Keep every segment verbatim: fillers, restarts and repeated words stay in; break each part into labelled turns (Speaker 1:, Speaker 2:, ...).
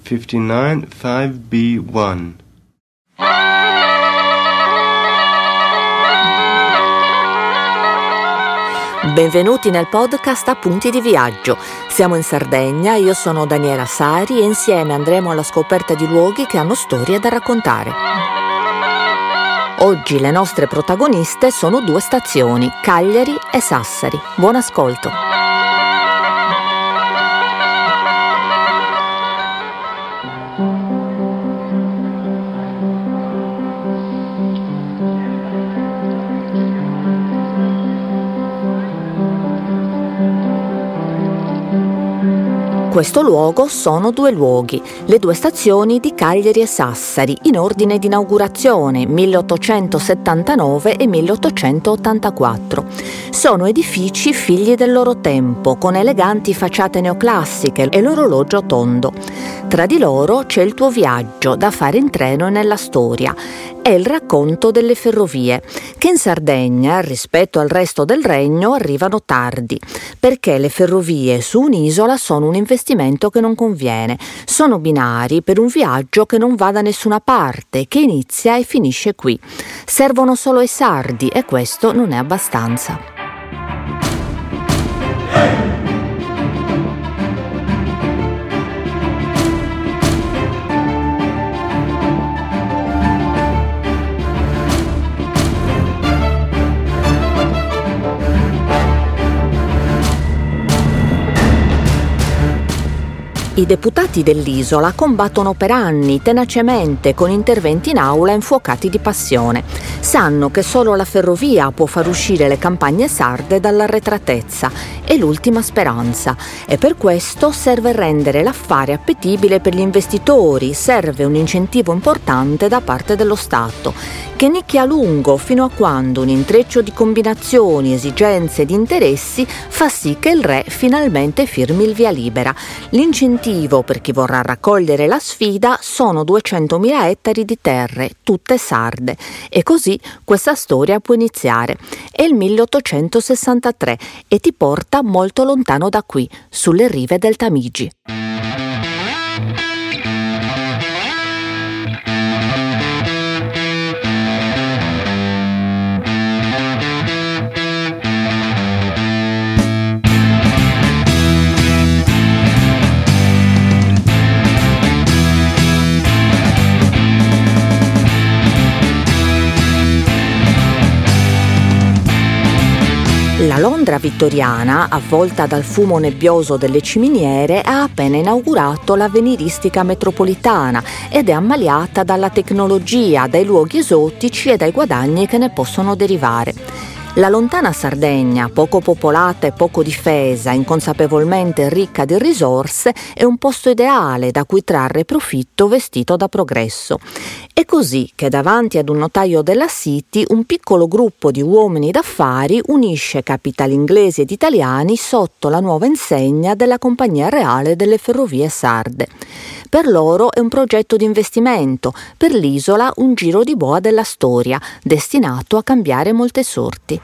Speaker 1: cinquantanove five B uno.
Speaker 2: Benvenuti nel podcast Appunti di Viaggio. Siamo in Sardegna, io sono Daniela Sari e insieme andremo alla scoperta di luoghi che hanno storie da raccontare. Oggi le nostre protagoniste sono due stazioni, Cagliari e Sassari. Buon ascolto. Questo luogo sono due luoghi, le due stazioni di Cagliari e Sassari, in ordine di inaugurazione milleottocentosettantanove e milleottocentottantaquattro. Sono edifici figli del loro tempo, con eleganti facciate neoclassiche e l'orologio tondo. Tra di loro c'è il tuo viaggio da fare in treno e nella storia. È il racconto delle ferrovie, che in Sardegna, rispetto al resto del regno, arrivano tardi, perché le ferrovie su un'isola sono un investimento che non conviene. Sono binari per un viaggio che non va da nessuna parte, che inizia e finisce qui. Servono solo ai sardi e questo non è abbastanza. I deputati dell'isola combattono per anni, tenacemente, con interventi in aula infuocati di passione. Sanno che solo la ferrovia può far uscire le campagne sarde dall'arretratezza. È l'ultima speranza e per questo serve rendere l'affare appetibile per gli investitori, serve un incentivo importante da parte dello Stato, che nicchia a lungo fino a quando un intreccio di combinazioni, esigenze ed interessi fa sì che il re finalmente firmi il via libera. L'incentivo per chi vorrà raccogliere la sfida sono duecentomila ettari di terre, tutte sarde. E così questa storia può iniziare. È il milleottocentosessantatré e ti porta molto lontano da qui, sulle rive del Tamigi. La Londra vittoriana, avvolta dal fumo nebbioso delle ciminiere, ha appena inaugurato l'avveniristica metropolitana ed è ammaliata dalla tecnologia, dai luoghi esotici e dai guadagni che ne possono derivare. La lontana Sardegna, poco popolata e poco difesa, inconsapevolmente ricca di risorse, è un posto ideale da cui trarre profitto vestito da progresso. È così che davanti ad un notaio della City un piccolo gruppo di uomini d'affari unisce capitali inglesi ed italiani sotto la nuova insegna della Compagnia Reale delle Ferrovie Sarde. Per loro è un progetto di investimento, per l'isola un giro di boa della storia, destinato a cambiare molte sorti.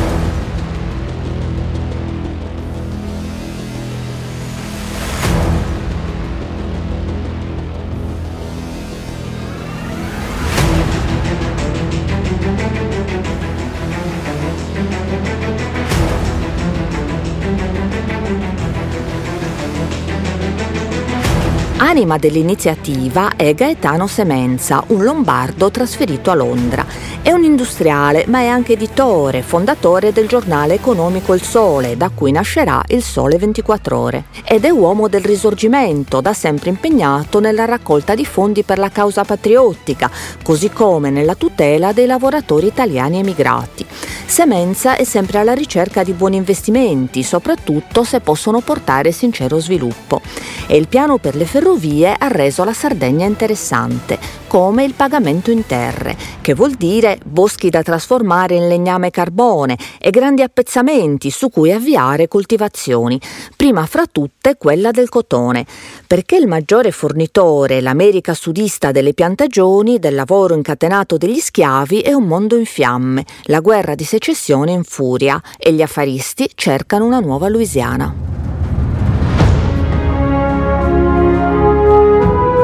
Speaker 2: Anima dell'iniziativa è Gaetano Semenza, un lombardo trasferito a Londra. È un industriale, ma è anche editore, fondatore del giornale economico Il Sole, da cui nascerà Il Sole ventiquattro Ore. Ed è uomo del Risorgimento, da sempre impegnato nella raccolta di fondi per la causa patriottica, così come nella tutela dei lavoratori italiani emigrati. Semenza è sempre alla ricerca di buoni investimenti, soprattutto se possono portare sincero sviluppo. E il piano per le ferrovie ha reso la Sardegna interessante, come il pagamento in terre, che vuol dire boschi da trasformare in legname e carbone e grandi appezzamenti su cui avviare coltivazioni, prima fra tutte quella del cotone, perché il maggiore fornitore, l'America sudista delle piantagioni, del lavoro incatenato degli schiavi, è un mondo in fiamme, la guerra di secessione in furia, e gli affaristi cercano una nuova Louisiana.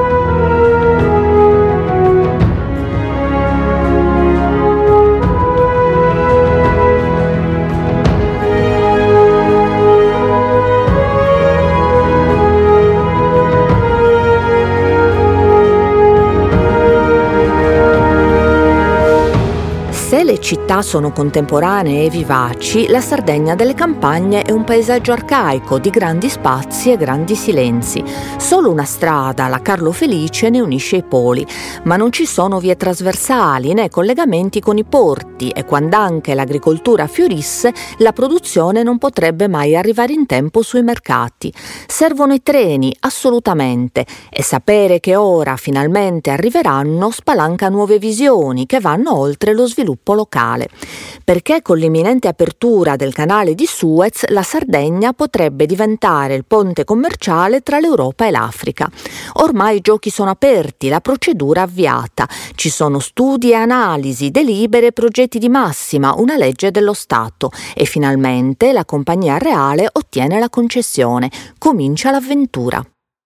Speaker 2: le città sono contemporanee e vivaci, la Sardegna delle campagne è un paesaggio arcaico di grandi spazi e grandi silenzi. Solo una strada, la Carlo Felice, ne unisce i poli, ma non ci sono vie trasversali né collegamenti con i porti e quand'anche l'agricoltura fiorisse, la produzione non potrebbe mai arrivare in tempo sui mercati. Servono i treni, assolutamente, e sapere che ora finalmente arriveranno spalanca nuove visioni che vanno oltre lo sviluppo locale. Perché con l'imminente apertura del canale di Suez la Sardegna potrebbe diventare il ponte commerciale tra l'Europa e l'Africa. Ormai i giochi sono aperti, la procedura avviata. Ci sono studi e analisi, delibere e progetti di massima, una legge dello Stato e finalmente la compagnia reale ottiene la concessione. Comincia l'avventura.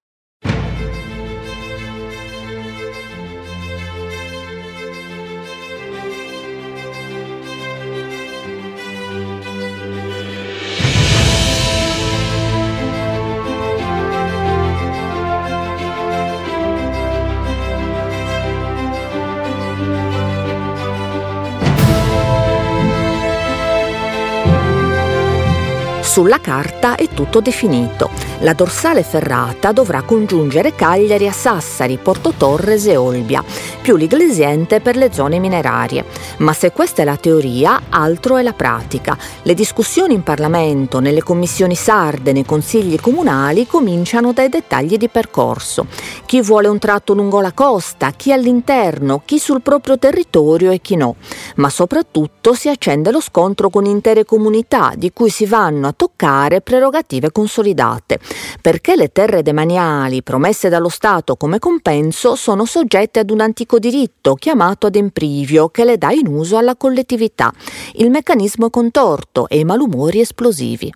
Speaker 2: Sulla carta è tutto definito. La dorsale ferrata dovrà congiungere Cagliari a Sassari, Porto Torres e Olbia, più l'Iglesiente per le zone minerarie. Ma se questa è la teoria, altro è la pratica. Le discussioni in Parlamento, nelle commissioni sarde, nei consigli comunali cominciano dai dettagli di percorso. Chi vuole un tratto lungo la costa, chi all'interno, chi sul proprio territorio e chi no. Ma soprattutto si accende lo scontro con intere comunità di cui si vanno a toccare prerogative consolidate, perché le terre demaniali promesse dallo Stato come compenso sono soggette ad un antico diritto chiamato ad emprivio che le dà in uso alla collettività. Il meccanismo è contorto e i malumori esplosivi.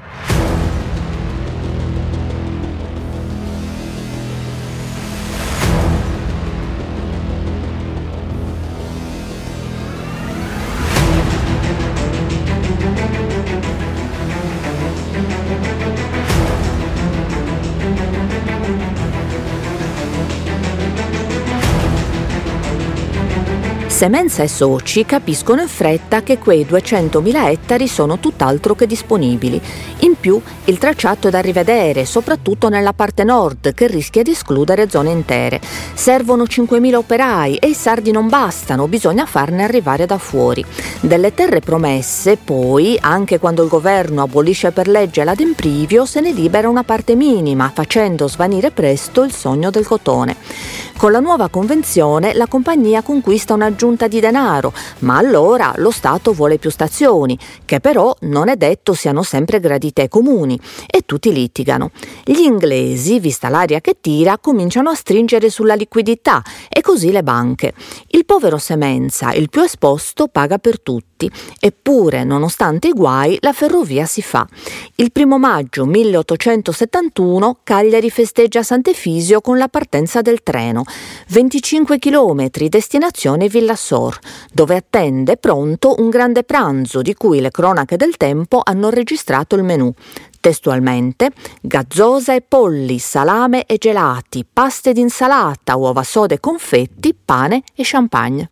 Speaker 2: Semenza e soci capiscono in fretta che quei duecentomila ettari sono tutt'altro che disponibili. In più, il tracciato è da rivedere, soprattutto nella parte nord, che rischia di escludere zone intere. Servono cinquemila operai e i sardi non bastano, bisogna farne arrivare da fuori. Delle terre promesse, poi, anche quando il governo abolisce per legge l'ademprivio, se ne libera una parte minima, facendo svanire presto il sogno del cotone. Con la nuova convenzione la compagnia conquista un'aggiunta di denaro, ma allora lo Stato vuole più stazioni, che però non è detto siano sempre gradite ai comuni, e tutti litigano. Gli inglesi, vista l'aria che tira, cominciano a stringere sulla liquidità e così le banche. Il povero Semenza, il più esposto, paga per tutti. Eppure, nonostante i guai, la ferrovia si fa. Il primo maggio milleottocentosettantuno Cagliari festeggia Sant'Efisio con la partenza del treno. venticinque chilometri, destinazione Villassor, dove attende pronto un grande pranzo di cui le cronache del tempo hanno registrato il menù. Testualmente, gazzosa e polli, salame e gelati, paste d'insalata, uova sode e confetti, pane e champagne.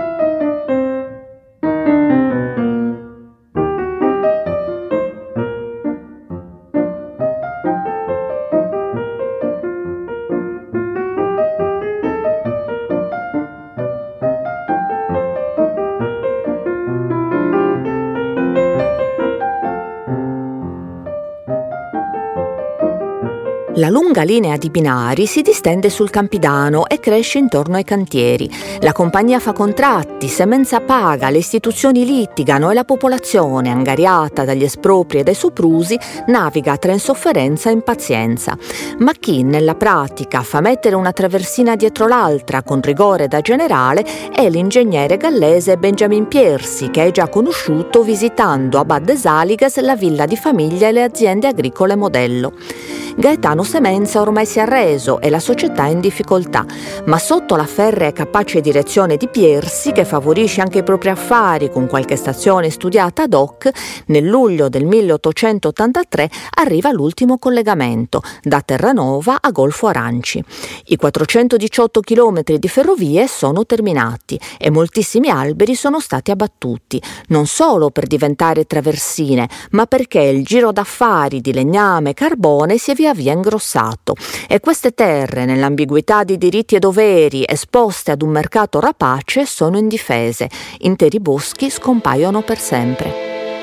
Speaker 2: La lunga linea di binari si distende sul Campidano e cresce intorno ai cantieri. La compagnia fa contratti, Semenza paga, le istituzioni litigano e la popolazione, angariata dagli espropri e dai soprusi, naviga tra insofferenza e impazienza. Ma chi nella pratica fa mettere una traversina dietro l'altra con rigore da generale è l'ingegnere gallese Benjamin Piercy, che è già conosciuto visitando a Bad des Aliges la villa di famiglia e le aziende agricole modello. Gaetano Semenza Scienza ormai si è arreso e la società è in difficoltà, ma sotto la ferrea e capace direzione di Piersi, che favorisce anche i propri affari con qualche stazione studiata ad hoc, nel luglio del milleottocentottantatré arriva l'ultimo collegamento, da Terranova a Golfo Aranci. I quattrocentodiciotto chilometri di ferrovie sono terminati e moltissimi alberi sono stati abbattuti, non solo per diventare traversine, ma perché il giro d'affari di legname e carbone si è via via ingrossato e queste terre, nell'ambiguità di diritti e doveri esposte ad un mercato rapace, sono indifese. Interi boschi scompaiono per sempre.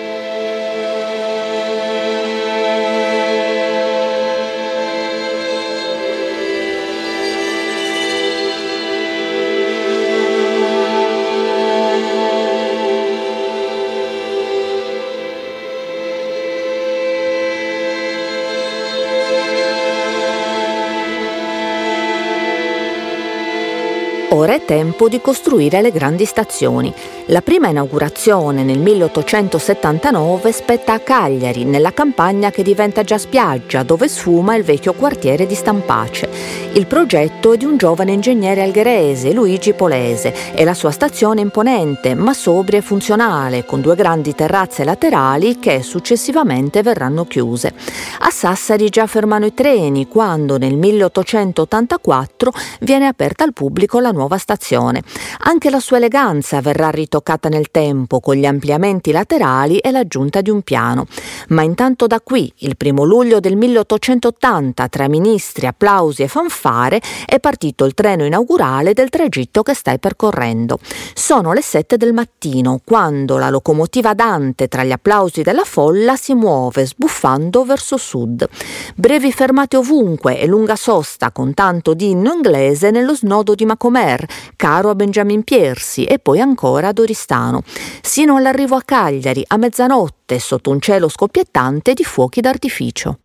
Speaker 2: Ora è tempo di costruire le grandi stazioni. La prima inaugurazione nel milleottocentosettantanove spetta a Cagliari, nella campagna che diventa già spiaggia, dove sfuma il vecchio quartiere di Stampace. Il progetto è di un giovane ingegnere algherese, Luigi Polese, e la sua stazione è imponente, ma sobria e funzionale, con due grandi terrazze laterali che successivamente verranno chiuse. A Sassari già fermano i treni quando nel milleottocentottantaquattro viene aperta al pubblico la nuova stazione. Anche la sua eleganza verrà ritoccata nel tempo con gli ampliamenti laterali e l'aggiunta di un piano. Ma intanto da qui, il primo luglio del milleottocentottanta, tra ministri, applausi e fanfare, è partito il treno inaugurale del tragitto che stai percorrendo. Sono le sette del mattino quando la locomotiva Dante, tra gli applausi della folla, si muove sbuffando verso sud. Brevi fermate ovunque e lunga sosta con tanto di inno inglese nello snodo di Macomer, caro a Benjamin Piersi, e poi ancora ad Oristano, sino all'arrivo a Cagliari a mezzanotte sotto un cielo scoppiettante di fuochi d'artificio.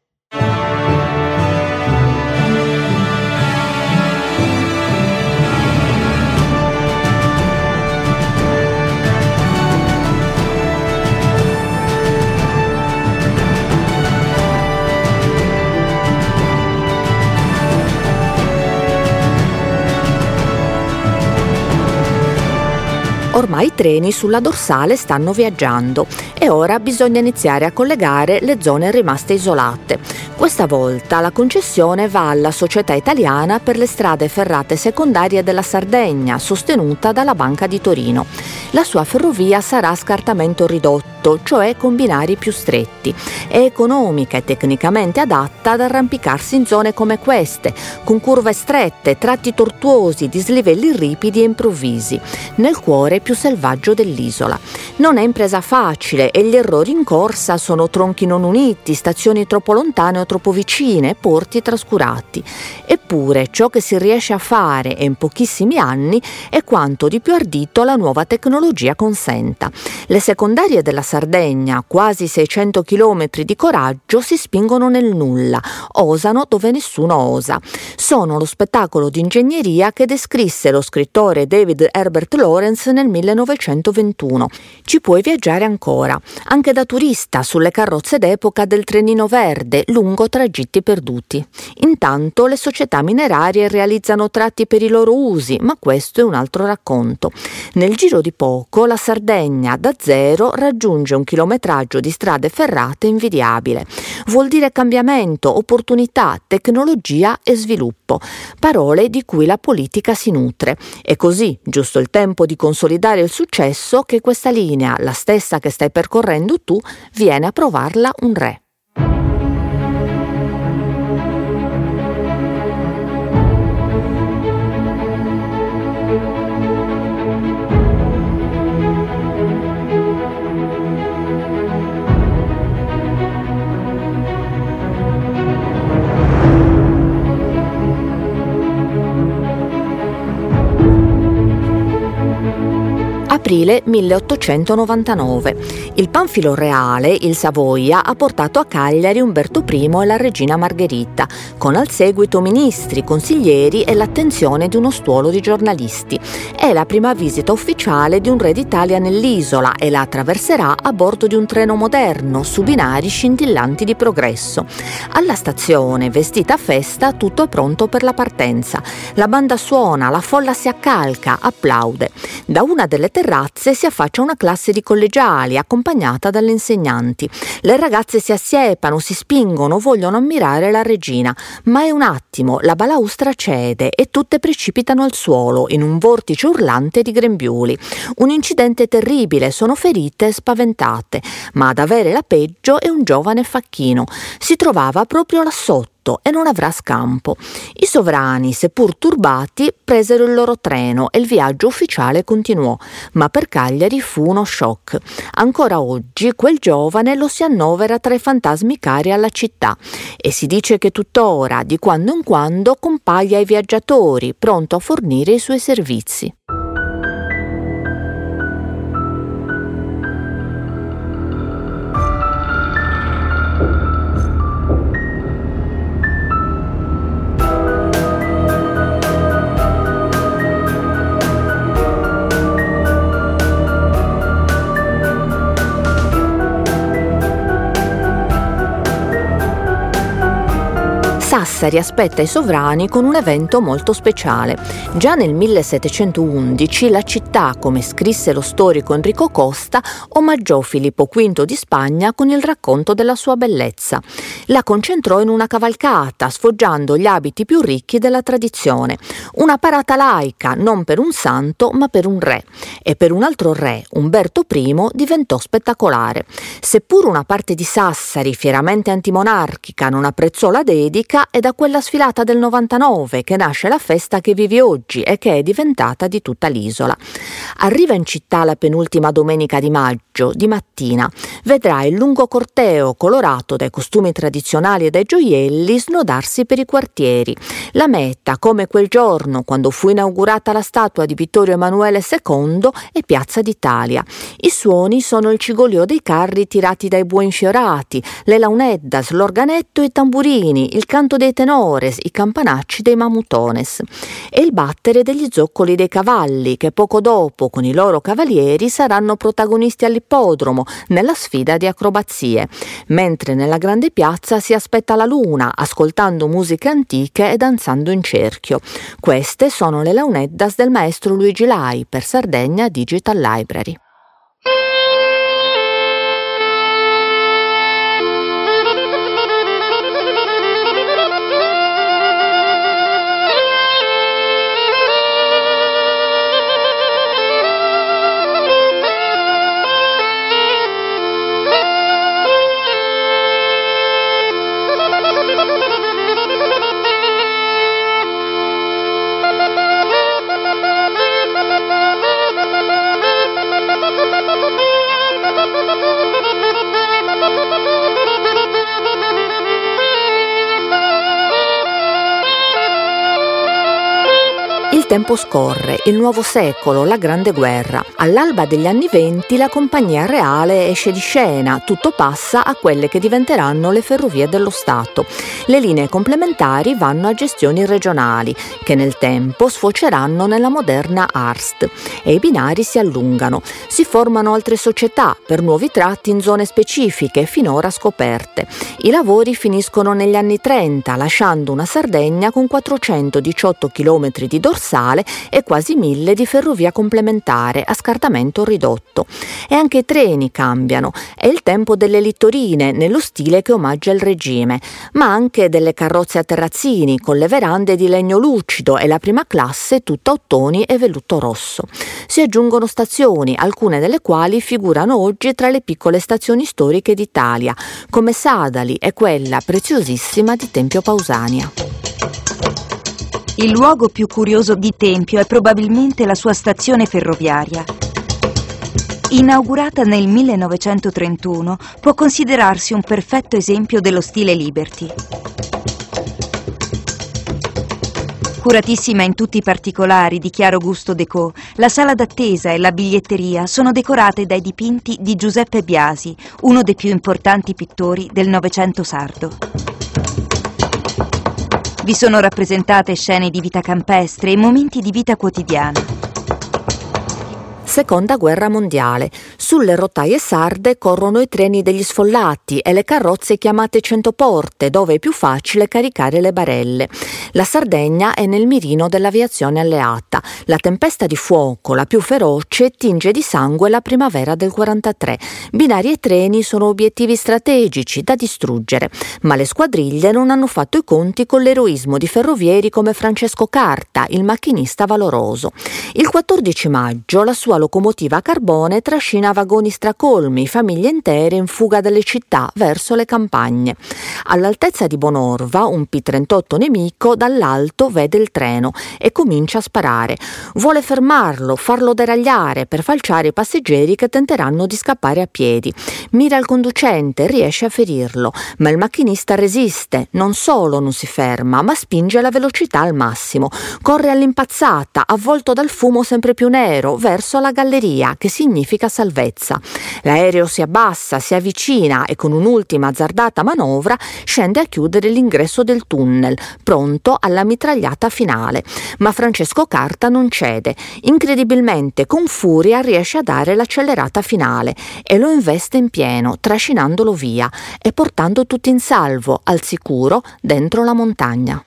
Speaker 2: Ormai i treni sulla dorsale stanno viaggiando e ora bisogna iniziare a collegare le zone rimaste isolate. Questa volta la concessione va alla Società Italiana per le strade ferrate secondarie della Sardegna, sostenuta dalla Banca di Torino. La sua ferrovia sarà a scartamento ridotto, cioè con binari più stretti. È economica e tecnicamente adatta ad arrampicarsi in zone come queste, con curve strette, tratti tortuosi, dislivelli ripidi e improvvisi, nel cuore più selvaggio dell'isola. Non è impresa facile e gli errori in corsa sono tronchi non uniti, stazioni troppo lontane o troppo vicine, porti trascurati. Eppure ciò che si riesce a fare e in pochissimi anni è quanto di più ardito la nuova tecnologia consenta. Le secondarie della Sardegna, quasi seicento chilometri di coraggio, si spingono nel nulla, osano dove nessuno osa. Sono lo spettacolo di ingegneria che descrisse lo scrittore David Herbert Lawrence nel millenovecentoventuno. Ci puoi viaggiare ancora, anche da turista, sulle carrozze d'epoca del trenino verde, lungo tragitti perduti. Intanto le società minerarie realizzano tratti per i loro usi, ma questo è un altro racconto. Nel giro di poco la Sardegna da zero raggiunge un chilometraggio di strade ferrate invidiabile. Vuol dire cambiamento, opportunità, tecnologia e sviluppo, parole di cui la politica si nutre. E così, giusto il tempo di consolidare il successo, che questa linea, la stessa che stai percorrendo tu, viene a provarla un re. aprile milleottocentonovantanove. Il Panfilo Reale, il Savoia, ha portato a Cagliari Umberto primo e la regina Margherita, con al seguito ministri, consiglieri e l'attenzione di uno stuolo di giornalisti. È la prima visita ufficiale di un re d'Italia nell'isola e la attraverserà a bordo di un treno moderno su binari scintillanti di progresso. Alla stazione, vestita a festa, tutto è pronto per la partenza. La banda suona, la folla si accalca, applaude. Da una delle terrazze si affaccia una classe di collegiali accompagnata dalle insegnanti. Le ragazze si assiepano, si spingono, vogliono ammirare la regina, ma è un attimo, la balaustra cede e tutte precipitano al suolo in un vortice urlante di grembiuli. Un incidente terribile, sono ferite e spaventate, ma ad avere la peggio è un giovane facchino. Si trovava proprio là sotto e non avrà scampo. I sovrani, seppur turbati, presero il loro treno e il viaggio ufficiale continuò, ma per Cagliari fu uno shock. Ancora oggi quel giovane lo si annovera tra i fantasmi cari alla città e si dice che tuttora, di quando in quando, compaia ai viaggiatori, pronto a fornire i suoi servizi. Sassari aspetta i sovrani con un evento molto speciale. Già nel millesettecentoundici la città, come scrisse lo storico Enrico Costa, omaggiò Filippo quinto di Spagna con il racconto della sua bellezza. La concentrò in una cavalcata, sfoggiando gli abiti più ricchi della tradizione. Una parata laica, non per un santo, ma per un re. E per un altro re, Umberto primo, diventò spettacolare. Seppur una parte di Sassari, fieramente antimonarchica, non apprezzò la dedica, è da quella sfilata del novantanove che nasce la festa che vivi oggi e che è diventata di tutta l'isola. Arriva in città la penultima domenica di maggio, di mattina. Vedrà il lungo corteo colorato dai costumi tradizionali e dai gioielli snodarsi per i quartieri. La meta, come quel giorno quando fu inaugurata la statua di Vittorio Emanuele secondo, è Piazza d'Italia. I suoni sono il cigolio dei carri tirati dai bue infiorati, le launeddas, l'organetto e i tamburini, il canto dei tenores, i campanacci dei mamutones e il battere degli zoccoli dei cavalli che poco dopo con i loro cavalieri saranno protagonisti all'ippodromo nella sfida di acrobazie, mentre nella grande piazza si aspetta la luna ascoltando musiche antiche e danzando in cerchio. Queste sono le launeddas del maestro Luigi Lai per Sardegna Digital Library. Il tempo scorre, il nuovo secolo, la Grande Guerra. All'alba degli anni venti la Compagnia Reale esce di scena, tutto passa a quelle che diventeranno le ferrovie dello Stato. Le linee complementari vanno a gestioni regionali, che nel tempo sfoceranno nella moderna A R S T, e i binari si allungano. Si formano altre società per nuovi tratti in zone specifiche finora scoperte. I lavori finiscono negli anni trenta, lasciando una Sardegna con quattrocentodiciotto chilometri di dorsale e quasi mille di ferrovia complementare a scartamento ridotto. E anche i treni cambiano. È il tempo delle littorine nello stile che omaggia il regime, ma anche delle carrozze a terrazzini con le verande di legno lucido e la prima classe tutta ottoni e velluto rosso. Si aggiungono stazioni, alcune delle quali figurano oggi tra le piccole stazioni storiche d'Italia, come Sadali e quella preziosissima di Tempio Pausania.
Speaker 3: Il luogo più curioso di Tempio è probabilmente la sua stazione ferroviaria. Inaugurata nel millenovecentotrentuno, può considerarsi un perfetto esempio dello stile Liberty. Curatissima in tutti i particolari di chiaro gusto déco, la sala d'attesa e la biglietteria sono decorate dai dipinti di Giuseppe Biasi, uno dei più importanti pittori del Novecento sardo. Vi sono rappresentate scene di vita campestre e momenti di vita quotidiana.
Speaker 2: Seconda guerra mondiale. Sulle rotaie sarde corrono i treni degli sfollati e le carrozze chiamate centoporte, dove è più facile caricare le barelle. La Sardegna è nel mirino dell'aviazione alleata. La tempesta di fuoco, la più feroce, tinge di sangue la primavera del quarantatré. Binari e treni sono obiettivi strategici da distruggere, ma le squadriglie non hanno fatto i conti con l'eroismo di ferrovieri come Francesco Carta, il macchinista valoroso. Il quattordici maggio la sua locomotiva a carbone trascina vagoni stracolmi, famiglie intere in fuga dalle città verso le campagne. All'altezza di Bonorva, un P trentotto nemico dall'alto vede il treno e comincia a sparare. Vuole fermarlo, farlo deragliare per falciare i passeggeri che tenteranno di scappare a piedi. Mira il conducente, riesce a ferirlo, ma il macchinista resiste, non solo non si ferma, ma spinge la velocità al massimo. Corre all'impazzata, avvolto dal fumo sempre più nero, verso la galleria, che significa salvezza. L'aereo si abbassa, si avvicina e con un'ultima azzardata manovra scende a chiudere l'ingresso del tunnel, pronto alla mitragliata finale. Ma Francesco Carta non cede. Incredibilmente, con furia riesce a dare l'accelerata finale e lo investe in pieno, trascinandolo via e portando tutti in salvo, al sicuro, dentro la montagna.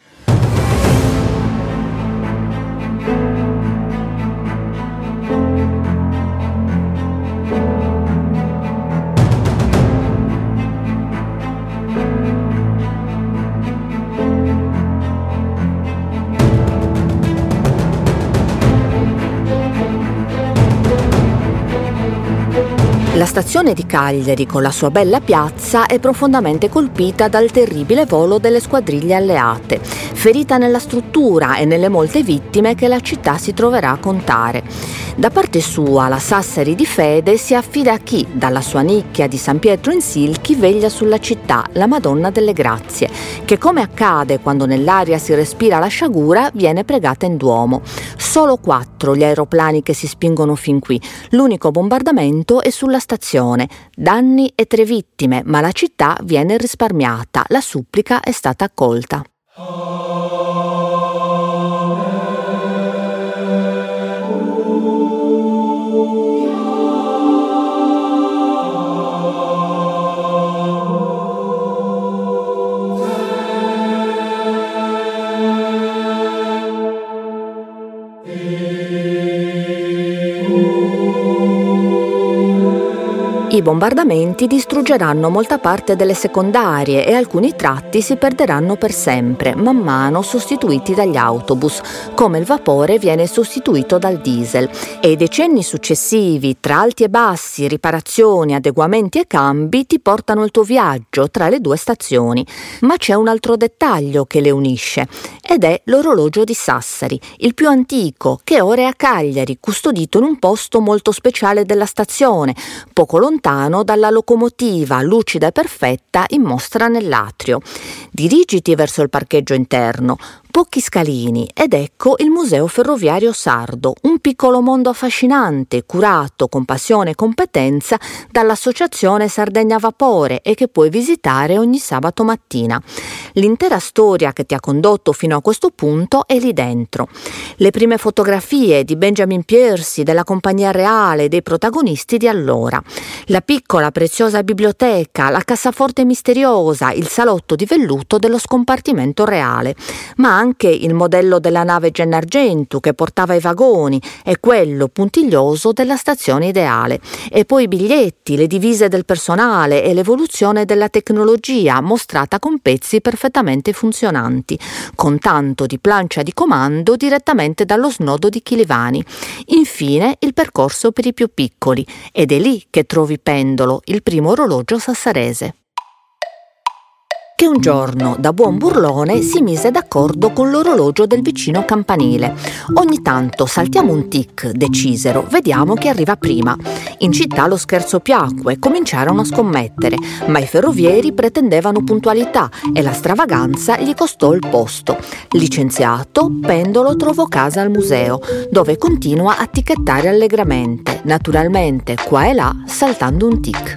Speaker 2: La stazione di Cagliari, con la sua bella piazza, è profondamente colpita dal terribile volo delle squadriglie alleate, ferita nella struttura e nelle molte vittime che la città si troverà a contare. Da parte sua, la Sassari di Fede si affida a chi, dalla sua nicchia di San Pietro in Silchi, veglia sulla città, la Madonna delle Grazie, che, come accade quando nell'aria si respira la sciagura, viene pregata in Duomo. Solo quattro gli aeroplani che si spingono fin qui. L'unico bombardamento è sulla stazione. Danni e tre vittime, ma la città viene risparmiata. La supplica è stata accolta. I bombardamenti distruggeranno molta parte delle secondarie e alcuni tratti si perderanno per sempre, man mano sostituiti dagli autobus, come il vapore viene sostituito dal diesel. E i decenni successivi, tra alti e bassi, riparazioni, adeguamenti e cambi, ti portano il tuo viaggio tra le due stazioni. Ma c'è un altro dettaglio che le unisce, ed è l'orologio di Sassari, il più antico, che ora è a Cagliari, custodito in un posto molto speciale della stazione, poco lontano dalla locomotiva lucida e perfetta in mostra nell'atrio. Dirigiti verso il parcheggio interno, pochi scalini, ed ecco il Museo Ferroviario Sardo, un piccolo mondo affascinante, curato con passione e competenza dall'Associazione Sardegna Vapore e che puoi visitare ogni sabato mattina. L'intera storia che ti ha condotto fino a questo punto è lì dentro. Le prime fotografie di Benjamin Piercy, della Compagnia Reale, dei protagonisti di allora. La piccola preziosa biblioteca, la cassaforte misteriosa, il salotto di velluto dello scompartimento reale, ma anche il modello della nave Gennargentu che portava i vagoni e quello puntiglioso della stazione ideale. E poi i biglietti, le divise del personale e l'evoluzione della tecnologia mostrata con pezzi perfettamente funzionanti, con tanto di plancia di comando direttamente dallo snodo di Chilivani. Infine il percorso per i più piccoli, ed è lì che trovi Pendolo, il primo orologio sassarese. che un giorno, da buon burlone, si mise d'accordo con l'orologio del vicino campanile. Ogni tanto saltiamo un tic, decisero, vediamo chi arriva prima. In città lo scherzo piacque, cominciarono a scommettere, ma i ferrovieri pretendevano puntualità e la stravaganza gli costò il posto. Licenziato, Pendolo trovò casa al museo, dove continua a ticchettare allegramente, naturalmente qua e là saltando un tic.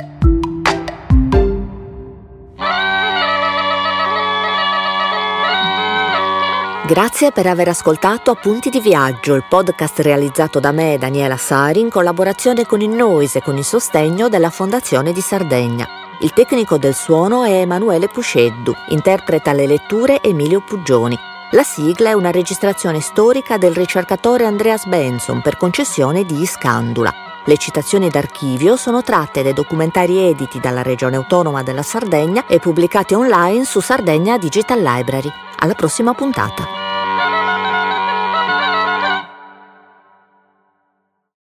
Speaker 2: Grazie per aver ascoltato Appunti di Viaggio, il podcast realizzato da me, Daniela Sari, in collaborazione con il Noise e con il sostegno della Fondazione di Sardegna. Il tecnico del suono è Emanuele Pusceddu, interpreta le letture Emilio Puggioni. La sigla è una registrazione storica del ricercatore Andreas Benson per concessione di Iscandula. Le citazioni d'archivio sono tratte dai documentari editi dalla Regione Autonoma della Sardegna e pubblicati online su Sardegna Digital Library. Alla prossima puntata.